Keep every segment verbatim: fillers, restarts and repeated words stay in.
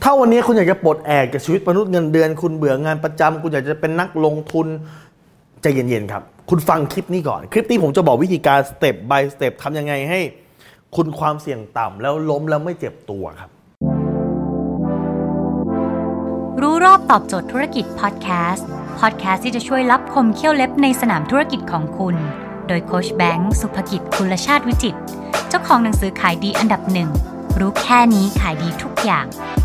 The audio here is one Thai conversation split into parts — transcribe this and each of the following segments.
ถ้าวันนี้คุณอยากจะปลดแอกจากชีวิตมนุษย์เงินเดือนคุณเบื่องานประจำคุณอยากจะเป็นนักลงทุนใจเย็นๆครับคุณฟังคลิปนี้ก่อนคลิปนี้ผมจะบอกวิธีการสเต็ป by สเต็ปทำยังไงให้คุณความเสี่ยงต่ำแล้วล้มแล้วไม่เจ็บตัวครับรู้รอบตอบโจทย์ธุรกิจพอดแคสต์พอดแคสต์ที่จะช่วยลับคมเขี้ยวเล็บในสนามธุรกิจของคุณโดยโค้ชแบงค์สุภกิจกุลชาติวิจิตรเจ้าของหนังสือขายดีอันดับหนึ่งรู้แค่นี้ขายดีทุกอย่าง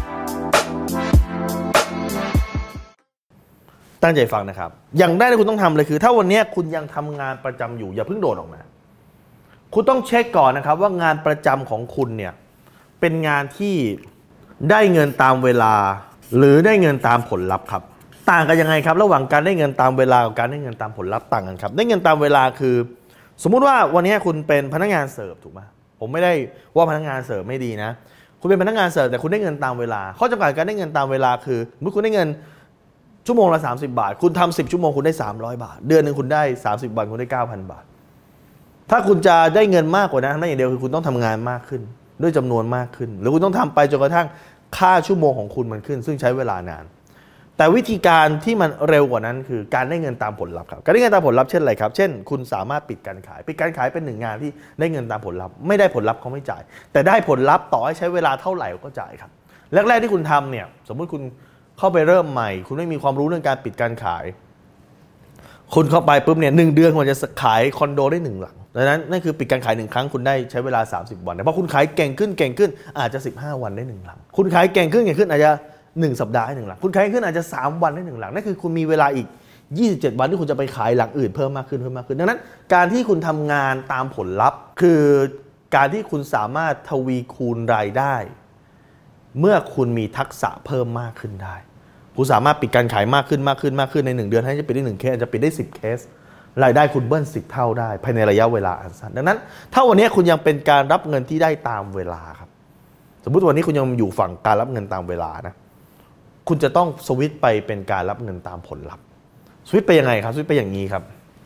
ตั้งใจฟังนะครับอย่างแรกที่คุณต้องทำเลยคือถ้าวันนี้คุณยังทำงานประจำอยู่อย่าเพิ่งโดดออกมาคุณต้องเช็คก่อนนะครับว่างานประจำของคุณเนี่ยเป็นงานที่ได้เงินตามเวลาหรือได้เงินตามผลลัพธ์ครับต่างกันยังไงครับระหว่างการได้เงินตามเวลากับการได้เงินตามผลลัพธ์ต่างกันครับได้เงินตามเวลาคือสมมุติว่าวันนี้คุณเป็นพนักงานเสิร์ฟถูกไหมผมไม่ได้ว่าพนักงานเสิร์ฟไม่ดีนะคุณเป็นพนักงานเสิร์ฟแต่คุณได้เงินตามเวลาข้อจำกัดการได้เงินตามเวลาคือเมื่อคุณได้เงินชั่วโมงละสามสิบบาทคุณทำสิบชั่วโมงคุณได้สามร้อยบาทเดือนนึงคุณได้สามสิบวันคุณได้ เก้าพัน บาทถ้าคุณจะได้เงินมากกว่านั้นนั่นอย่างเดียวคือคุณต้องทำงานมากขึ้นด้วยจำนวนมากขึ้นหรือคุณต้องทำไปจนกระทั่งค่าชั่วโมงของคุณมันขึ้นซึ่งใช้เวลานานแต่วิธีการที่มันเร็วกว่านั้นคือการได้เงินตามผลลัพธ์ครับการได้เงินตามผลลัพธ์เช่นอะไรครับเช่นคุณสามารถปิดการขายปิดการขายเป็นหนึ่งงานที่ได้เงินตามผลลัพธ์ไม่ได้ผลลัพธ์เขาไม่จ่ายแต่ได้ผลลัพธ์ต่อให้ใช้เวลาเท่าไหร่ก็จ่ายครับแรกๆที่คุณทำเนี่ยสมมุติคุณเข้าไปเริ่มใหม่คุณไม่มีความรู้เรื่องการปิดการขายคุณเข้าไปปุ๊บเนี่ยหนึ่งเดือนคุณจะขายคอนโดได้หนึ่งหลังดังนั้นนั่นคือปิดการขายหนึ่งครั้งคุณได้ใช้เวลาสามสิบวันแต่พอคุณขายเก่งขึ้นเก่งขึ้นอาจจะสิบห้าวันได้หนึ่งหลังคุณขายเก่งขึ้นเก่งขึ้นอาจจะหนึ่งสัปดาห์ได้หนึ่งหลังคุณขายขึ้นอาจจะสามวันได้หนึ่งหลังนั่นคือคุณมีเวลาอีกยี่สิบเจ็ดวันที่คุณจะไปขายหลังอื่นเพิ่มมากขึ้นเพิ่มมากขึ้นดังนั้นการที่คุณทำงานตามผลลัพธ์คือการที่คุณสามารถทวีคูณรายได้เมื่อคุณมีทักษะเพิ่มมากขึ้นได้คุณสามารถปิดการขายมากขึ้นมากขึ้นมากขึ้นในหนึ่งเดือนให้จะปิดได้หนึ่งเคสอาจจะปิดได้สิบเคสรายได้คุณเบิ้ลสิบเท่าได้ภายในระยะเวลาอันสั้นดังนั้นถ้าวันนี้คุณยังเป็นการรับเงินที่ได้ตามเวลาครับสมมุติวันนี้คุณยังอยู่ฝั่งการรับเงินตามเวลานะคุณจะต้องสวิตช์ไปเป็นการรับเงินตามผลลัพธ์สวิตช์ไปยังไงครับสวิตช์ไปอย่างนี้ครับ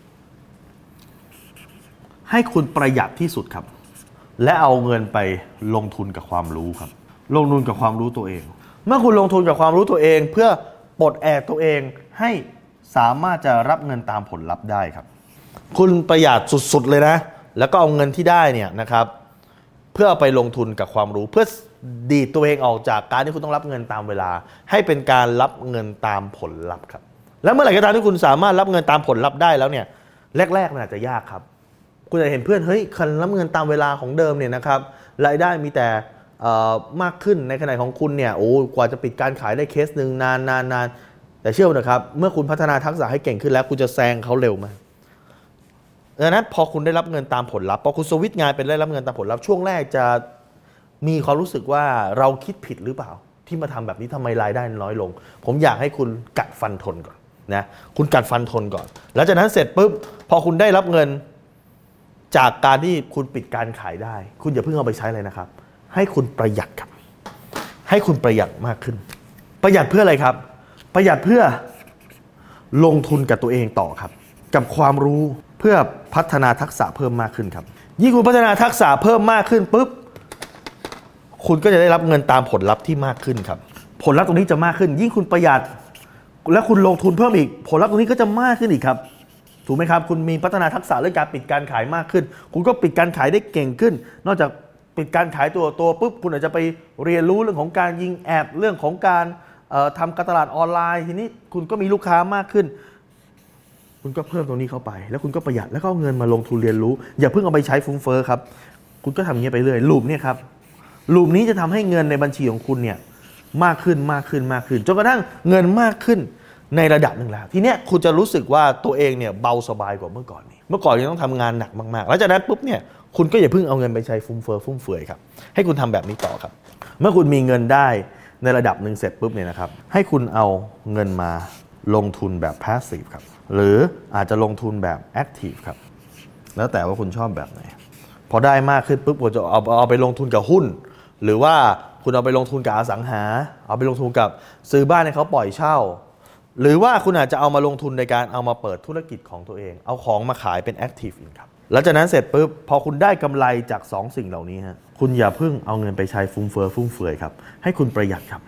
ให้คุณประหยัดที่สุดครับและเอาเงินไปลงทุนกับความรู้ครับลงทุนกับความรู้ตัวเองเมื่อคุณลงทุนกับความรู้ตัวเองเพื่อปลดแอกตัวเองให้สามารถจะรับเงินตามผลลัพธ์ได้ครับคุณประหยัดสุดๆเลยนะแล้วก็เอาเงินที่ได้เนี่ยนะครับเพื่อเอาไปลงทุนกับความรู้เพื่อดีดตัวเองออกจากการที่คุณต้องรับเงินตามเวลาให้เป็นการรับเงินตามผลลัพธ์ครับแล้วเมื่อไหร่ก็ตามที่คุณสามารถรับเงินตามผลลัพธ์ได้แล้วเนี่ยแรกๆมันอาจจะยากครับคุณจะเห็นเพื่อนเฮ้ยคันรับเงินตามเวลาของเดิมเนี่ยนะครับรายได้มีแต่มากขึ้นในขณะของคุณเนี่ยโอ้กว่าจะปิดการขายได้เคสนึงนานนานนานแต่เชื่อผมนะครับเมื่อคุณพัฒนาทักษะให้เก่งขึ้นแล้วคุณจะแซงเขาเร็วมากดังนั้นพอคุณได้รับเงินตามผลลัพธ์พอคุณสวิตช์งานเป็นได้รับเงินตามผลลัพธ์ช่วงแรกจะมีความรู้สึกว่าเราคิดผิดหรือเปล่าที่มาทำแบบนี้ทำไมรายได้น้อยลงผมอยากให้คุณกัดฟันทนก่อนนะคุณกัดฟันทนก่อนแล้วจากนั้นเสร็จปุ๊บพอคุณได้รับเงินจากการที่คุณปิดการขายได้คุณอย่าเพิ่งเอาไปใช้เลยนะครับให้คุณประหยัดครับให้คุณประหยัดมากขึ้นประหยัดเพื่ออะไรครับประหยัดเพื่อลงทุนกับตัวเองต่อครับกับความรู้เพื่อพัฒนาทักษะเพิ่มมากขึ้นครับยิ่งคุณพัฒนาทักษะเพิ่มมากขึ้นปุ๊บคุณก็จะได้รับเงินตามผลลัพธ์ที่มากขึ้นครับผลลัพธ์ตรงนี้จะมากขึ้นยิ่งคุณประหยัดและคุณลงทุนเพิ่มอีกผลลัพธ์ตรงนี้ก็จะมากขึ้นอีกครับถูกไหมครับคุณมีพัฒนาทักษะเรื่องการปิดการขายมากขึ้นคุณก็ปิดการขายได้เก่งขึ้นนอกจากปิดการขายตัวตัวปุ๊บคุณอาจจะไปเรียนรู้เรื่องของการยิงแอดเรื่องของการทำการตลาดออนไลน์ทีนี้คุณก็มีลูกค้ามากขึ้นคุณก็เพิ่มตรงนี้เข้าไปแล้วคุณก็ประหยัดแล้วก็เอาเงินมาลงทุนเรียนรู้อย่าเพิ่งเอาไปใช้ฟุ้งเฟ้อครับคุณก็ทำอย่างนี้ไปเรื่อยลูปเนี่ยครับลูปนี้จะทำให้เงินในบัญชีของคุณเนี่ยมากขึ้นมากขึ้นมากขึ้นจนกระทั่งเงินมากขึ้นในระดับหนึ่งแล้วทีเนี้ยคุณจะรู้สึกว่าตัวเองเนี่ยเบาสบายกว่าเมื่อก่อนนี้เมื่อก่อนยังต้องทำงานหนักมากๆแล้วจากนั้นปุ๊บเนี่ยคุณก็อย่าเพิ่งเอาเงินไปใช้ฟุ้งเฟ้อฟุ่มเฟือยครับให้คุณทำแบบนี้ต่อครับเมื่อคุณมีเงินได้ในระดับหนึ่งเสร็จปุ๊บเนี่ยนะครับให้คุณเอาเงินมาลงทุนแบบ passive ครับหรืออาจจะลงทุนแบบ active ครับแล้วแต่ว่าคุณชอบแบบไหนพอได้มากขึ้นปุ๊บคุณจะเอาเอาไปลงทุนกับหุ้นหรือว่าคุณเอาไปลงทุนกับอสังหาเอาไปลงทุนกับซื้อบ้านให้เขาปล่อยเช่าหรือว่าคุณอาจจะเอามาลงทุนในการเอามาเปิดธุรกิจของตัวเองเอาของมาขายเป็น active income หลังจากนั้นเสร็จปุ๊บพอคุณได้กำไรจากสองสิ่งเหล่านี้ฮะคุณอย่าเพิ่งเอาเงินไปใช้ฟุ้งเฟ้อฟุ่มเฟือยครับให้คุณประหยัดครับ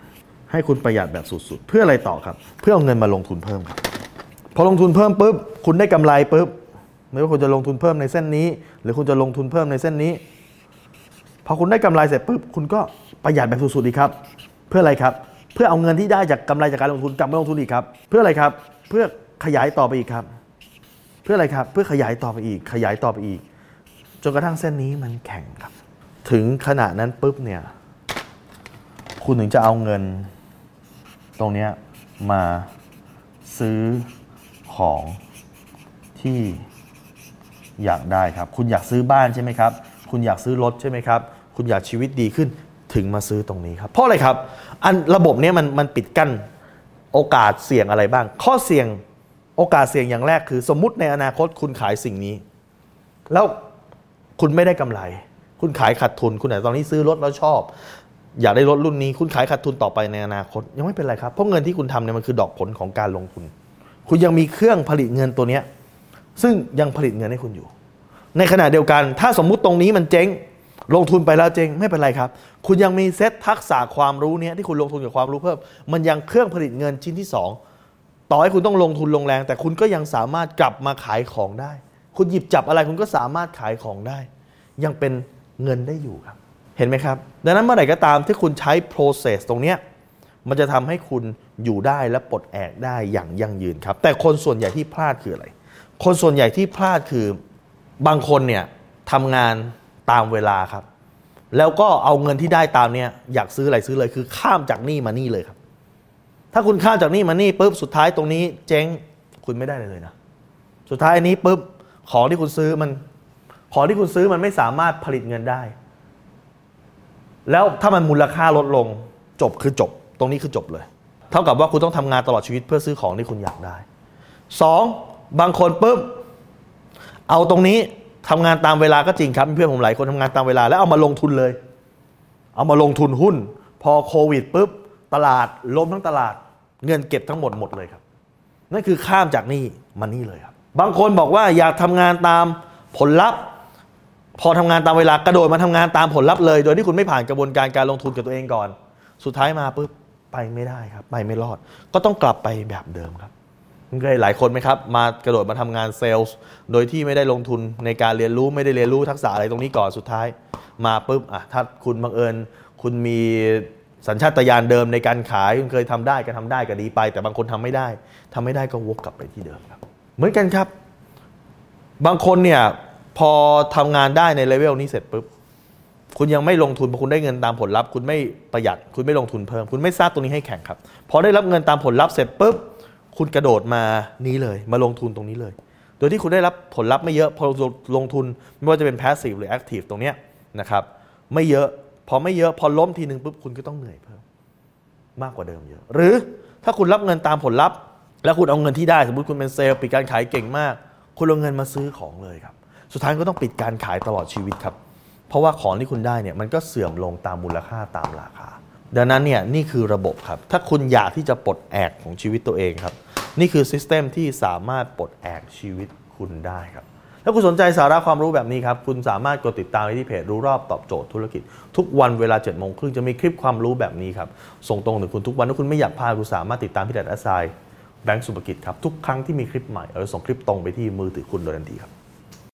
ให้คุณประหยัดแบบสุดๆเพื่ออะไรต่อครับเพื่อเอาเงินมาลงทุนเพิ่มครับพอลงทุนเพิ่มปุ๊บคุณได้กำไรปุ๊บไม่ว่าคุณจะลงทุนเพิ่มในเส้นนี้หรือคุณจะลงทุนเพิ่มในเส้นนี้พอคุณได้กำไรเสร็จปุ๊บคุณก็ประหยัดแบบสุดๆอีกครับเพื่ออะไรครับเพื่อเอาเงินที่ได้จากกำไรจากการลงทุนกลับมาลงทุนอีกครับเพื่ออะไรครับเพื่อขยายต่อไปอีกครับเพื่ออะไรครับเพื่อขยายต่อไปอีกขยายต่อไปอีกจนกระทั่งเส้นนี้มันแข็งครับถึงขณะนั้นปุ๊บเนี่ยคุณถึงจะเอาเงินตรงนี้มาซื้อของที่อยากได้ครับคุณอยากซื้อบ้านใช่ไหมครับคุณอยากซื้อรถใช่ไหมครับคุณอยากชีวิตดีขึ้นถึงมาซื้อตรงนี้ครับเพราะอะไรครับอันระบบนี้มันมันปิดกั้นโอกาสเสี่ยงอะไรบ้างข้อเสี่ยงโอกาสเสี่ยงอย่างแรกคือสมมุติในอนาคตคุณขายสิ่งนี้แล้วคุณไม่ได้กำไรคุณขายขาดทุนคุณอาจจะตอนนี้ซื้อรถแล้วชอบอยากได้รถรุ่นนี้คุณขายขาดทุนต่อไปในอนาคตยังไม่เป็นไรครับเพราะเงินที่คุณทำเนี่ยมันคือดอกผลของการลงทุนคุณยังมีเครื่องผลิตเงินตัวนี้ซึ่งยังผลิตเงินให้คุณอยู่ในขณะเดียวกันถ้าสมมุติตรงนี้มันเจ๊งลงทุนไปแล้วเจ๊งไม่เป็นไรครับคุณยังมีเซตทักษะความรู้นี้ที่คุณลงทุนกับความรู้เพิ่มมันยังเครื่องผลิตเงินชิ้นที่สองต่อให้คุณต้องลงทุนลงแรงแต่คุณก็ยังสามารถกลับมาขายของได้คุณหยิบจับอะไรคุณก็สามารถขายของได้ยังเป็นเงินได้อยู่ครับเห็นไหมครับดังนั้นเมื่อไหร่ก็ตามที่คุณใช้ process ตรงนี้มันจะทำให้คุณอยู่ได้และปลดแอกได้อย่างยั่งยืนครับแต่คนส่วนใหญ่ที่พลาดคืออะไรคนส่วนใหญ่ที่พลาดคือบางคนเนี่ยทำงานตามเวลาครับแล้วก็เอาเงินที่ได้ตามเนี่ยอยากซื้ออะไรซื้อเลยคือข้ามจากนี่มานี่เลยครับถ้าคุณข้ามจากนี่มานี่ปุ๊บสุดท้ายตรงนี้เจ๊งคุณไม่ได้เลยนะสุดท้ายอันนี้ปุ๊บของที่คุณซื้อมันของที่คุณซื้อมันไม่สามารถผลิตเงินได้แล้วถ้ามันมูลค่าลดลงจบคือจบตรงนี้คือจบเลยเท่ากับว่าคุณต้องทำงานตลอดชีวิตเพื่อซื้อของที่คุณอยากได้สองบางคนปุ๊บเอาตรงนี้ทำงานตามเวลาก็จริงครับเพื่อนผมหลายคนทำงานตามเวลาแล้วเอามาลงทุนเลยเอามาลงทุนหุ้นพอโควิดปุ๊บตลาดล้มทั้งตลาดเงินเก็บทั้งหมดหมดเลยครับนั่นคือข้ามจากนี่มานี่เลยครับบางคนบอกว่าอยากทำงานตามผลลัพธ์พอทำงานตามเวลากระโดดมาทำงานตามผลลัพธ์เลยโดยที่คุณไม่ผ่านกระบวนการการลงทุนกับตัวเองก่อนสุดท้ายมาปุ๊บไปไม่ได้ครับไปไม่รอดก็ต้องกลับไปแบบเดิมครับเคยหลายคนไหมครับมากระโดดมาทำงานเซลล์โดยที่ไม่ได้ลงทุนในการเรียนรู้ไม่ได้เรียนรู้ทักษะอะไรตรงนี้ก่อนสุดท้ายมาปุ๊บอ่ะถ้าคุณบังเอิญคุณมีสัญชาตญาณเดิมในการขายคุณเคยทำได้ก็ทำได้ก็ดีไปแต่บางคนทำไม่ได้ทำไม่ได้ก็วกกลับไปที่เดิมครับเหมือนกันครับบางคนเนี่ยพอทำงานได้ในเลเวลนี้เสร็จปุ๊บคุณยังไม่ลงทุนพอคุณได้เงินตามผลลัพธ์คุณไม่ประหยัดคุณไม่ลงทุนเพิ่มคุณไม่สร้างตรงนี้ให้แข็งครับพอได้รับเงินตามผลลัพธ์เสร็จปุ๊บคุณกระโดดมานี้เลยมาลงทุนตรงนี้เลยโดยที่คุณได้รับผลลัพธ์ไม่เยอะพอลงทุนไม่ว่าจะเป็น passive หรือ active ตรงเนี้ยนะครับไม่เยอะพอไม่เยอะพอล้มทีนึงปุ๊บคุณก็ต้องเหนื่อยเพิ่มมากกว่าเดิมเยอะหรือถ้าคุณรับเงินตามผลลัพธ์แล้วคุณเอาเงินที่ได้สมมุติคุณเป็นเซลล์ปิดการขายเก่งมากคุณเอาเงินมาซื้อของเลยครับสุดท้ายก็ต้องปิดการขายตลอดชีวิตครับเพราะว่าของที่คุณได้เนี่ยมันก็เสื่อมลงตามมูลค่าตามราคาดังนั้นเนี่ยนี่คือระบบครับถ้าคุณอยากที่จะปลดแอกของชีวิตตัวเองครับนี่คือซิสเต็มที่สามารถปลดแอกชีวิตคุณได้ครับถ้าคุณสนใจสาระความรู้แบบนี้ครับคุณสามารถกดติดตามที่เพจรู้รอบตอบโจทย์ธุรกิจทุกวันเวลา เจ็ดโมงครึ่งจะมีคลิปความรู้แบบนี้ครับส่งตรงถึงคุณทุกวันถ้าคุณไม่อยากพลาดคุณสามารถติดตามพี่แดดแอสไซน์แบงก์สุภกิจครับทุกครั้งที่มีคลิปใหม่เราจะส่งคลิปตรงไปที่มือถือคุณโดยทันทีครับ